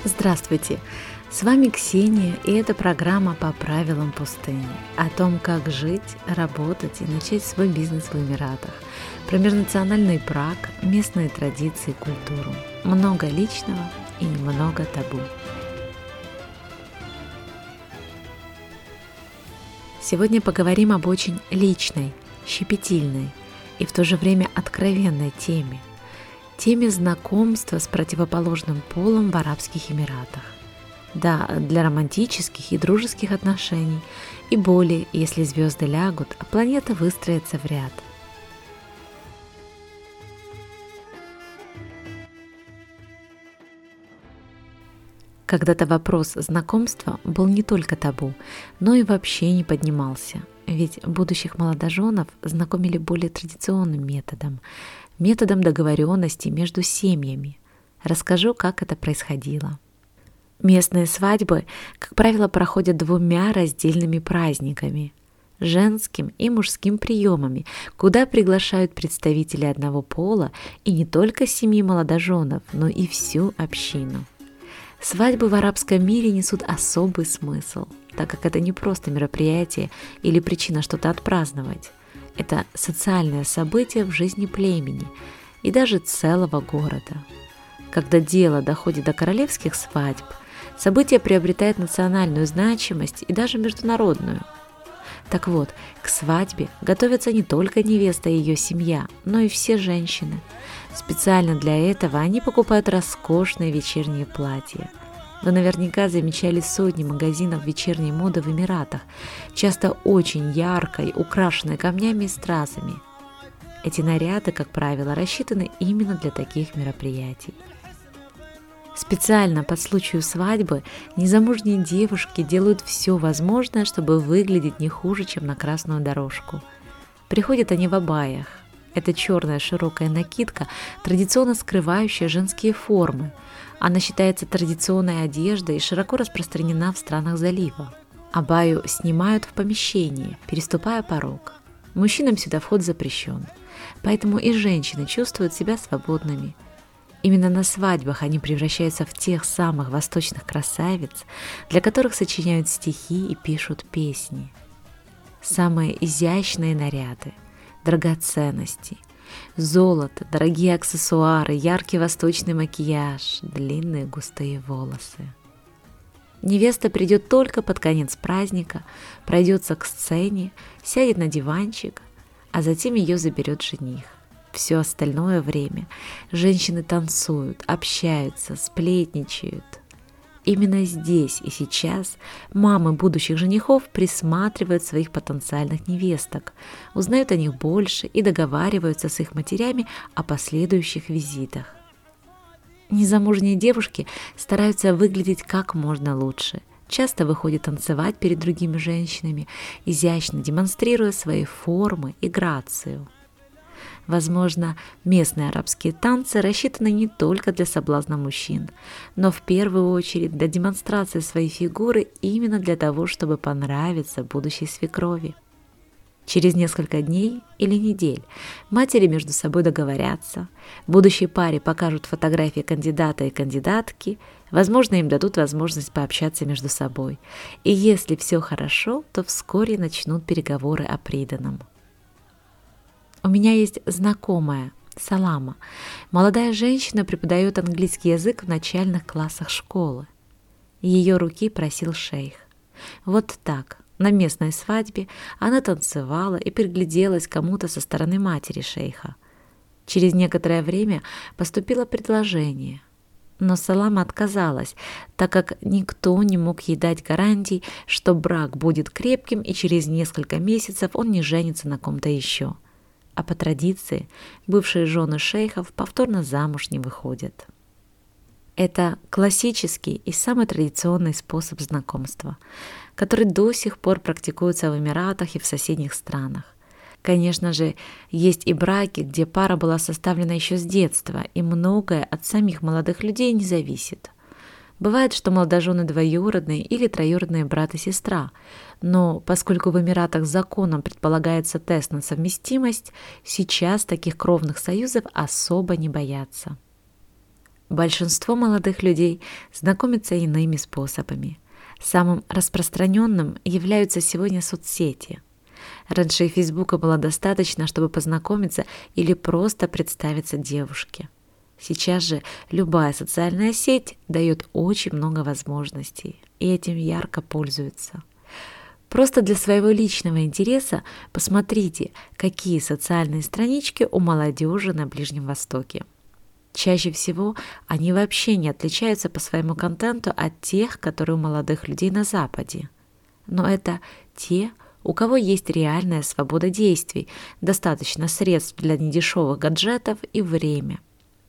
Здравствуйте! С вами Ксения, и это программа «По правилам пустыни» о том, как жить, работать и начать свой бизнес в Эмиратах, про межнациональный брак, местные традиции и культуру, много личного и много табу. Сегодня поговорим об очень личной, щепетильной и в то же время откровенной теме знакомства с противоположным полом в Арабских Эмиратах. Да, для романтических и дружеских отношений, и более, если звезды лягут, а планета выстроится в ряд. Когда-то вопрос знакомства был не только табу, но и вообще не поднимался, ведь будущих молодоженов знакомили более традиционным методом договоренности между семьями. Расскажу, как это происходило. Местные свадьбы, как правило, проходят двумя раздельными праздниками – женским и мужским приемами, куда приглашают представителей одного пола и не только семьи молодоженов, но и всю общину. Свадьбы в арабском мире несут особый смысл, так как это не просто мероприятие или причина что-то отпраздновать. Это социальное событие в жизни племени и даже целого города. Когда дело доходит до королевских свадьб, событие приобретает национальную значимость и даже международную. Так вот, к свадьбе готовятся не только невеста и ее семья, но и все женщины. Специально для этого они покупают роскошные вечерние платья. Вы наверняка замечали сотни магазинов вечерней моды в Эмиратах, часто очень яркой, украшенной камнями и стразами. Эти наряды, как правило, рассчитаны именно для таких мероприятий. Специально по случаю свадьбы незамужние девушки делают все возможное, чтобы выглядеть не хуже, чем на красную дорожку. Приходят они в абаях. Это черная широкая накидка, традиционно скрывающая женские формы. Она считается традиционной одеждой и широко распространена в странах залива. Абаю снимают в помещении, переступая порог. Мужчинам сюда вход запрещен, поэтому и женщины чувствуют себя свободными. Именно на свадьбах они превращаются в тех самых восточных красавиц, для которых сочиняют стихи и пишут песни. Самые изящные наряды, драгоценности, золото, дорогие аксессуары, яркий восточный макияж, длинные густые волосы. Невеста придет только под конец праздника, пройдется к сцене, сядет на диванчик, а затем ее заберет жених. Все остальное время женщины танцуют, общаются, сплетничают. Именно здесь и сейчас мамы будущих женихов присматривают своих потенциальных невесток, узнают о них больше и договариваются с их матерями о последующих визитах. Незамужние девушки стараются выглядеть как можно лучше, часто выходят танцевать перед другими женщинами, изящно демонстрируя свои формы и грацию. Возможно, местные арабские танцы рассчитаны не только для соблазна мужчин, но в первую очередь для демонстрации своей фигуры именно для того, чтобы понравиться будущей свекрови. Через несколько дней или недель матери между собой договорятся, будущей паре покажут фотографии кандидата и кандидатки, возможно, им дадут возможность пообщаться между собой. И если все хорошо, то вскоре начнут переговоры о приданом. У меня есть знакомая, Салама. Молодая женщина преподает английский язык в начальных классах школы. Ее руки просил шейх. Вот так, на местной свадьбе, она танцевала и пригляделась кому-то со стороны матери шейха. Через некоторое время поступило предложение. Но Салама отказалась, так как никто не мог ей дать гарантий, что брак будет крепким и через несколько месяцев он не женится на ком-то еще. А по традиции бывшие жены шейхов повторно замуж не выходят. Это классический и самый традиционный способ знакомства, который до сих пор практикуется в Эмиратах и в соседних странах. Конечно же, есть и браки, где пара была составлена еще с детства, и многое от самих молодых людей не зависит. Бывает, что молодожены двоюродные или троюродные брат и сестра, но поскольку в Эмиратах законом предполагается тест на совместимость, сейчас таких кровных союзов особо не боятся. Большинство молодых людей знакомятся иными способами. Самым распространенным являются сегодня соцсети. Раньше и Фейсбука было достаточно, чтобы познакомиться или просто представиться девушке. Сейчас же любая социальная сеть дает очень много возможностей, и этим ярко пользуются. Просто для своего личного интереса посмотрите, какие социальные странички у молодежи на Ближнем Востоке. Чаще всего они вообще не отличаются по своему контенту от тех, которые у молодых людей на Западе. Но это те, у кого есть реальная свобода действий, достаточно средств для недешевых гаджетов и время.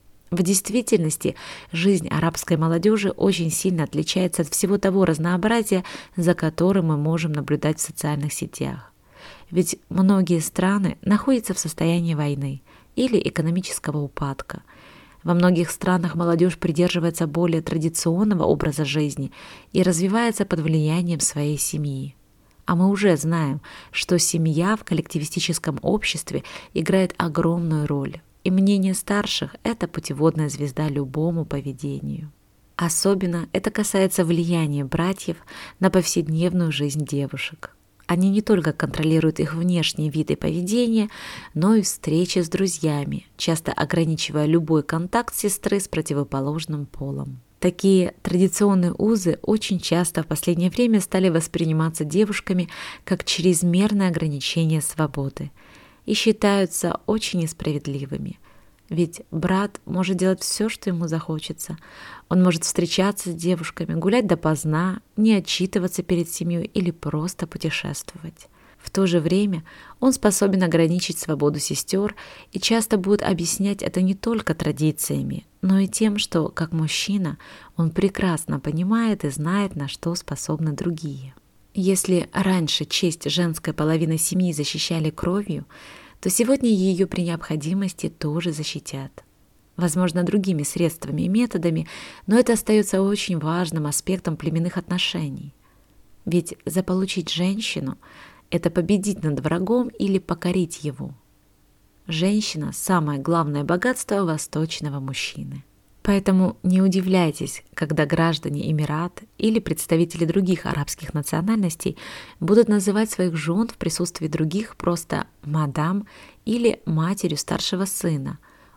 В действительности, жизнь арабской молодежи очень сильно отличается от всего того разнообразия, за которым мы можем наблюдать в социальных сетях. Ведь многие страны находятся в состоянии войны или экономического упадка. Во многих странах молодежь придерживается более традиционного образа жизни и развивается под влиянием своей семьи. А мы уже знаем, что семья в коллективистическом обществе играет огромную роль. И мнение старших – это путеводная звезда любому поведению. Особенно это касается влияния братьев на повседневную жизнь девушек. Они не только контролируют их внешний вид и поведение, но и встречи с друзьями, часто ограничивая любой контакт сестры с противоположным полом. Такие традиционные узы очень часто в последнее время стали восприниматься девушками как чрезмерное ограничение свободы и считаются очень несправедливыми. Ведь брат может делать все, что ему захочется. Он может встречаться с девушками, гулять допоздна, не отчитываться перед семьей или просто путешествовать. В то же время он способен ограничить свободу сестер и часто будет объяснять это не только традициями, но и тем, что, как мужчина, он прекрасно понимает и знает, на что способны другие. Если раньше честь женской половины семьи защищали кровью, то сегодня ее при необходимости тоже защитят. Возможно, другими средствами и методами, но это остается очень важным аспектом племенных отношений. Ведь заполучить женщину – это победить над врагом или покорить его. Женщина – самое главное богатство восточного мужчины. Поэтому не удивляйтесь, когда граждане Эмират или представители других арабских национальностей будут называть своих жен в присутствии других просто «мадам» или «матерью старшего сына»,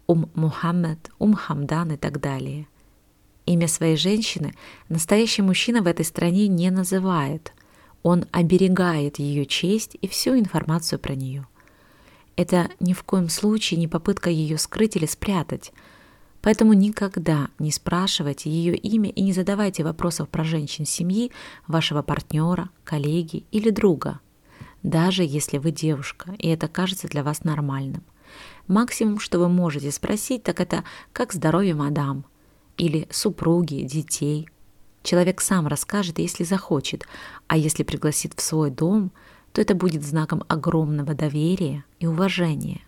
Мухаммед, Хамдан и так далее. Имя своей женщины настоящий мужчина в этой стране не называет. Он оберегает ее честь и всю информацию про нее. Это ни в коем случае не попытка ее скрыть или спрятать. Поэтому никогда не спрашивайте ее имя и не задавайте вопросов про женщин семьи, вашего партнера, коллеги или друга, даже если вы девушка, и это кажется для вас нормальным. Максимум, что вы можете спросить, так это «как здоровье, мадам?» или «супруги, детей». Человек сам расскажет, если захочет, а если пригласит в свой дом, то это будет знаком огромного доверия и уважения.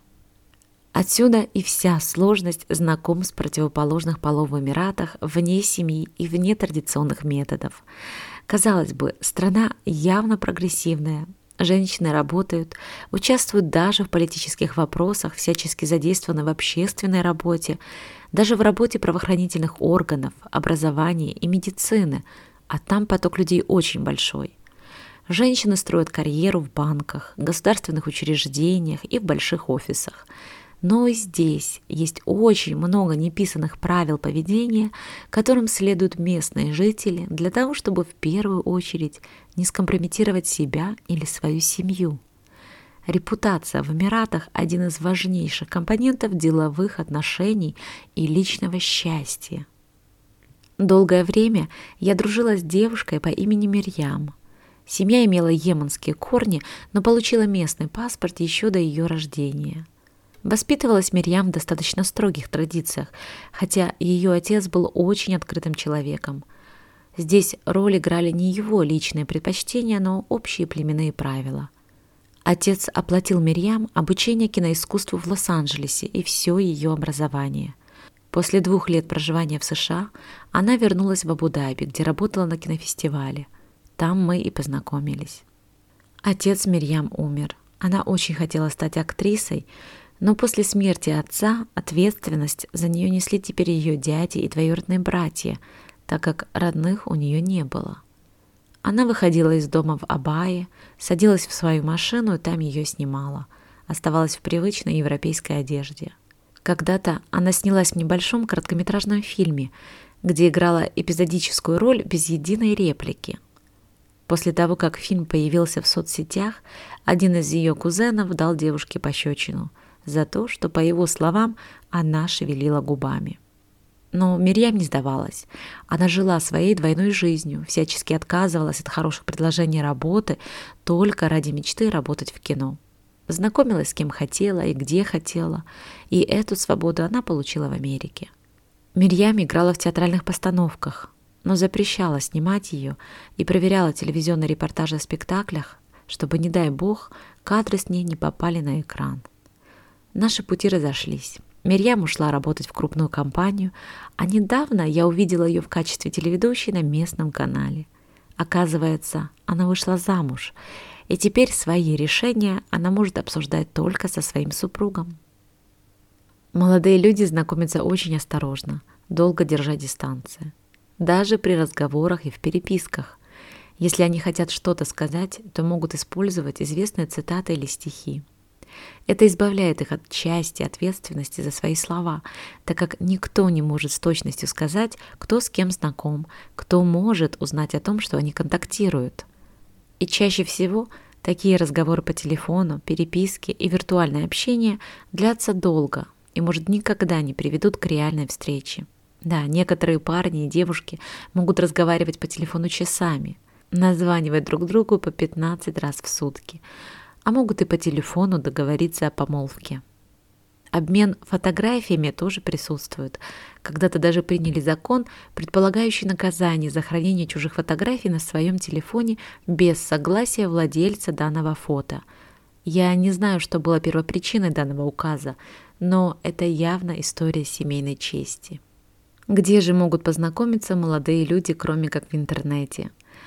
Отсюда и вся сложность знакомств противоположных полов в Эмиратах вне семьи и вне традиционных методов. Казалось бы, страна явно прогрессивная. Женщины работают, участвуют даже в политических вопросах, всячески задействованы в общественной работе, даже в работе правоохранительных органов, образования и медицины, а там поток людей очень большой. Женщины строят карьеру в банках, государственных учреждениях и в больших офисах. Но и здесь есть очень много неписанных правил поведения, которым следуют местные жители для того, чтобы в первую очередь не скомпрометировать себя или свою семью. Репутация в Эмиратах – один из важнейших компонентов деловых отношений и личного счастья. Долгое время я дружила с девушкой по имени Мирьям. Семья имела йеменские корни, но получила местный паспорт еще до ее рождения. Воспитывалась Мирьям в достаточно строгих традициях, хотя ее отец был очень открытым человеком. Здесь роль играли не его личные предпочтения, но общие племенные правила. Отец оплатил Мирьям обучение киноискусству в Лос-Анджелесе и все ее образование. После 2 лет проживания в США она вернулась в Абу-Даби, где работала на кинофестивале. Там мы и познакомились. Отец Мирьям умер. Она очень хотела стать актрисой, Но после смерти отца ответственность за нее несли теперь ее дяди и двоюродные братья, так как родных у нее не было. Она выходила из дома в абае, садилась в свою машину и там ее снимала, оставалась в привычной европейской одежде. Когда-то она снялась в небольшом короткометражном фильме, где играла эпизодическую роль без единой реплики. После того, как фильм появился в соцсетях, один из ее кузенов дал девушке пощечину за то, что, по его словам, она шевелила губами. Но Мирьям не сдавалась. Она жила своей двойной жизнью, всячески отказывалась от хороших предложений работы только ради мечты работать в кино. Знакомилась с кем хотела и где хотела, и эту свободу она получила в Америке. Мирьям играла в театральных постановках, но запрещала снимать ее и проверяла телевизионные репортажи о спектаклях, чтобы, не дай бог, кадры с ней не попали на экран. Наши пути разошлись. Мирьям ушла работать в крупную компанию, а недавно я увидела ее в качестве телеведущей на местном канале. Оказывается, она вышла замуж, и теперь свои решения она может обсуждать только со своим супругом. Молодые люди знакомятся очень осторожно, долго держа дистанцию. Даже при разговорах и в переписках. Если они хотят что-то сказать, то могут использовать известные цитаты или стихи. Это избавляет их от части ответственности за свои слова, так как никто не может с точностью сказать, кто с кем знаком, кто может узнать о том, что они контактируют. И чаще всего такие разговоры по телефону, переписки и виртуальное общение длятся долго и, может, никогда не приведут к реальной встрече. Да, некоторые парни и девушки могут разговаривать по телефону часами, названивать друг другу по 15 раз в сутки, а могут и по телефону договориться о помолвке. Обмен фотографиями тоже присутствует. Когда-то даже приняли закон, предполагающий наказание за хранение чужих фотографий на своем телефоне без согласия владельца данного фото. Я не знаю, что было первопричиной данного указа, но это явно история семейной чести. Где же могут познакомиться молодые люди, кроме как в интернете?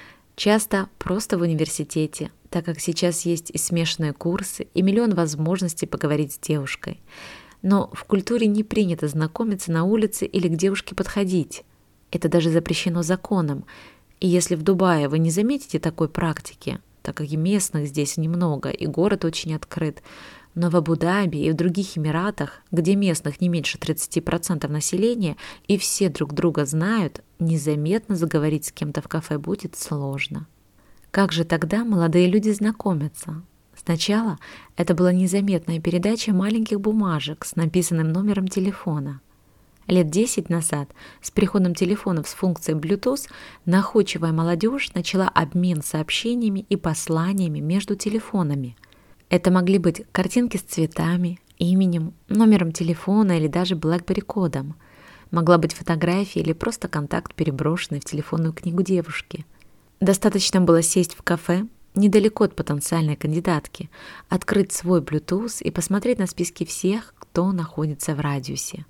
Часто просто в университете, так как сейчас есть и смешанные курсы, и миллион возможностей поговорить с девушкой. Но в культуре не принято знакомиться на улице или к девушке подходить. Это даже запрещено законом. И если в Дубае вы не заметите такой практики, так как и местных здесь немного, и город очень открыт, но в Абу-Даби и в других Эмиратах, где местных не меньше 30% населения, и все друг друга знают, незаметно заговорить с кем-то в кафе будет сложно. Как же тогда молодые люди знакомятся? Сначала это была незаметная передача маленьких бумажек с написанным номером телефона. Лет 10 назад с приходом телефонов с функцией Bluetooth находчивая молодежь начала обмен сообщениями и посланиями между телефонами. Это могли быть картинки с цветами, именем, номером телефона или даже BlackBerry-кодом. Могла быть фотография или просто контакт, переброшенный в телефонную книгу девушки. Достаточно было сесть в кафе, недалеко от потенциальной кандидатки, открыть свой Bluetooth и посмотреть на списки всех, кто находится в радиусе.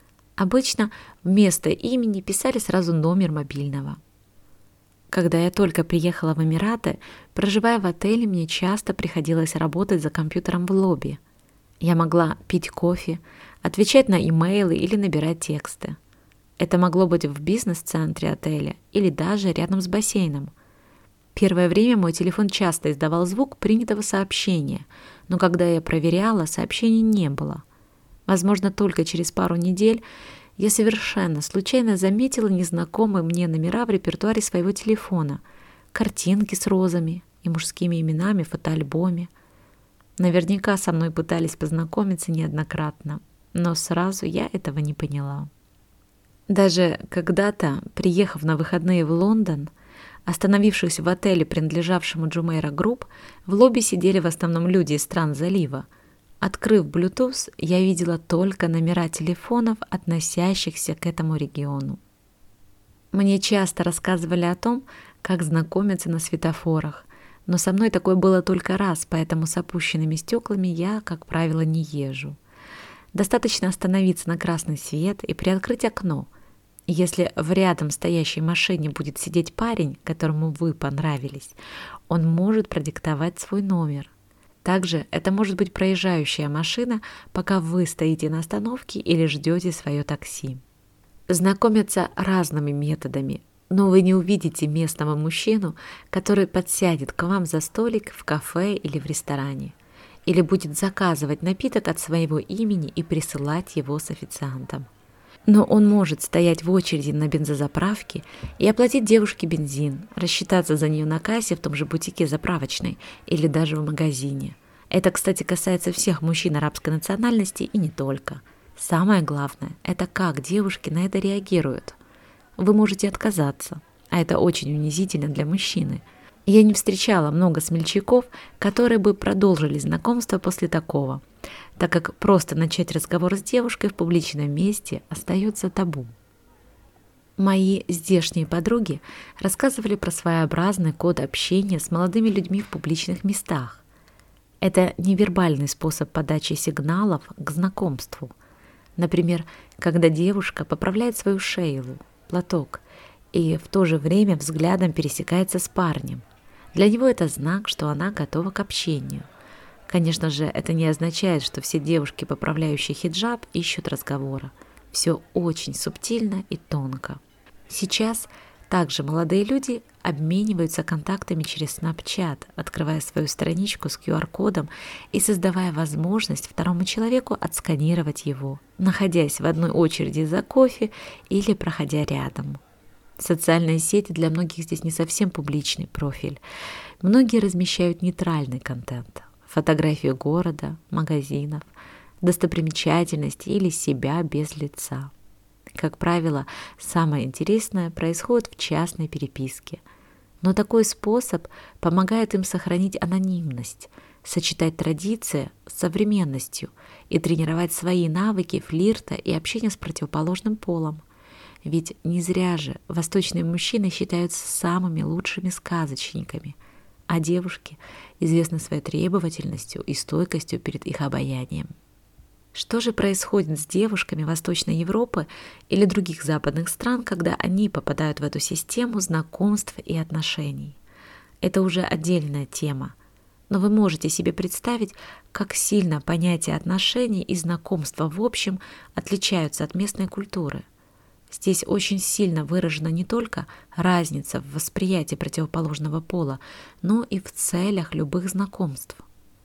Обычно вместо имени писали сразу номер мобильного. Когда я только приехала в Эмираты, проживая в отеле, мне часто приходилось работать за компьютером в лобби. Я могла пить кофе, отвечать на имейлы или набирать тексты. Это могло быть в бизнес-центре отеля или даже рядом с бассейном. Первое время мой телефон часто издавал звук принятого сообщения, но когда я проверяла, сообщений не было. Возможно, только через пару недель я совершенно случайно заметила незнакомые мне номера в репертуаре своего телефона, картинки с розами и мужскими именами в фотоальбоме. Наверняка со мной пытались познакомиться неоднократно, но сразу я этого не поняла. Даже когда-то, приехав на выходные в Лондон, остановившись в отеле, принадлежавшему Jumeirah Group, в лобби сидели в основном люди из стран залива. Открыв Bluetooth, я видела только номера телефонов, относящихся к этому региону. Мне часто рассказывали о том, как знакомиться на светофорах, но со мной такое было только раз, поэтому с опущенными стеклами я, как правило, не езжу. Достаточно остановиться на красный свет и приоткрыть окно. Если в рядом стоящей машине будет сидеть парень, которому вы понравились, он может продиктовать свой номер. Также это может быть проезжающая машина, пока вы стоите на остановке или ждете свое такси. Знакомятся разными методами, но вы не увидите местного мужчину, который подсядет к вам за столик в кафе или в ресторане, или будет заказывать напиток от своего имени и присылать его с официантом. Но он может стоять в очереди на бензозаправке и оплатить девушке бензин, рассчитаться за нее на кассе в том же бутике заправочной или даже в магазине. Это, кстати, касается всех мужчин арабской национальности и не только. Самое главное – это как девушки на это реагируют. Вы можете отказаться, а это очень унизительно для мужчины. Я не встречала много смельчаков, которые бы продолжили знакомство после такого, так как просто начать разговор с девушкой в публичном месте остается табу. Мои здешние подруги рассказывали про своеобразный код общения с молодыми людьми в публичных местах. Это невербальный способ подачи сигналов к знакомству. Например, когда девушка поправляет свою шейлу, платок, и в то же время взглядом пересекается с парнем. Для него это знак, что она готова к общению. Конечно же, это не означает, что все девушки, поправляющие хиджаб, ищут разговора. Все очень субтильно и тонко. Сейчас также молодые люди обмениваются контактами через Snapchat, открывая свою страничку с QR-кодом и создавая возможность второму человеку отсканировать его, находясь в одной очереди за кофе или проходя рядом. Социальные сети для многих здесь не совсем публичный профиль. Многие размещают нейтральный контент. Фотографии города, магазинов, достопримечательностей или себя без лица. Как правило, самое интересное происходит в частной переписке. Но такой способ помогает им сохранить анонимность, сочетать традиции с современностью и тренировать свои навыки флирта и общения с противоположным полом. Ведь не зря же восточные мужчины считаются самыми лучшими сказочниками, а девушки известны своей требовательностью и стойкостью перед их обаянием. Что же происходит с девушками Восточной Европы или других западных стран, когда они попадают в эту систему знакомств и отношений? Это уже отдельная тема, но вы можете себе представить, как сильно понятия отношений и знакомства в общем отличаются от местной культуры. Здесь очень сильно выражена не только разница в восприятии противоположного пола, но и в целях любых знакомств.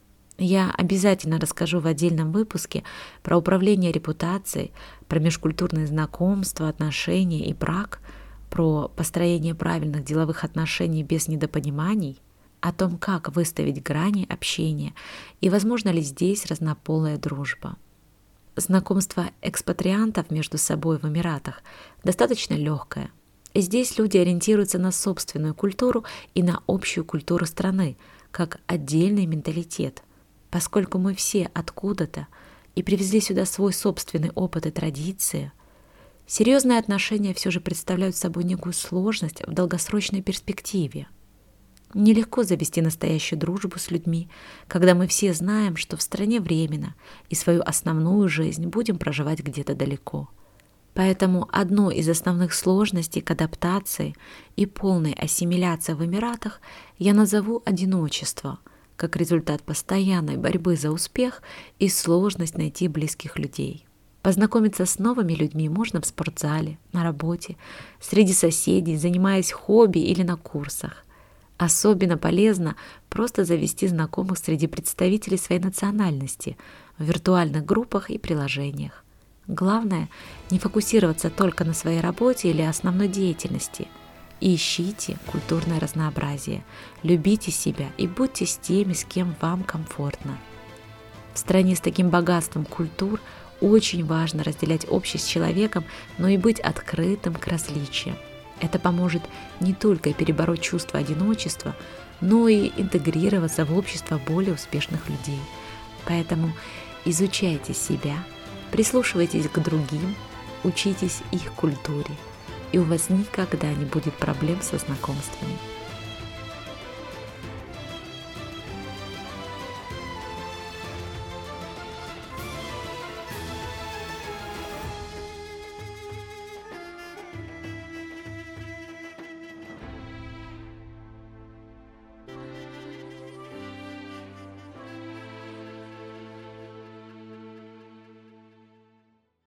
Я обязательно расскажу в отдельном выпуске про управление репутацией, про межкультурные знакомства, отношения и брак, про построение правильных деловых отношений без недопониманий, о том, как выставить грани общения и возможно ли здесь разнополая дружба. Знакомство экспатриантов между собой в Эмиратах достаточно легкое. И здесь люди ориентируются на собственную культуру и на общую культуру страны, как отдельный менталитет. Поскольку мы все откуда-то и привезли сюда свой собственный опыт и традиции, серьезные отношения все же представляют собой некую сложность в долгосрочной перспективе. Нелегко завести настоящую дружбу с людьми, когда мы все знаем, что в стране временно и свою основную жизнь будем проживать где-то далеко. Поэтому одной из основных сложностей к адаптации и полной ассимиляции в Эмиратах я назову одиночество, как результат постоянной борьбы за успех и сложность найти близких людей. Познакомиться с новыми людьми можно в спортзале, на работе, среди соседей, занимаясь хобби или на курсах. Особенно полезно просто завести знакомых среди представителей своей национальности в виртуальных группах и приложениях. Главное – не фокусироваться только на своей работе или основной деятельности. Ищите культурное разнообразие, любите себя и будьте с теми, с кем вам комфортно. В стране с таким богатством культур очень важно разделять общее с человеком, но и быть открытым к различиям. Это поможет не только перебороть чувство одиночества, но и интегрироваться в общество более успешных людей. Поэтому изучайте себя, прислушивайтесь к другим, учитесь их культуре, и у вас никогда не будет проблем со знакомствами.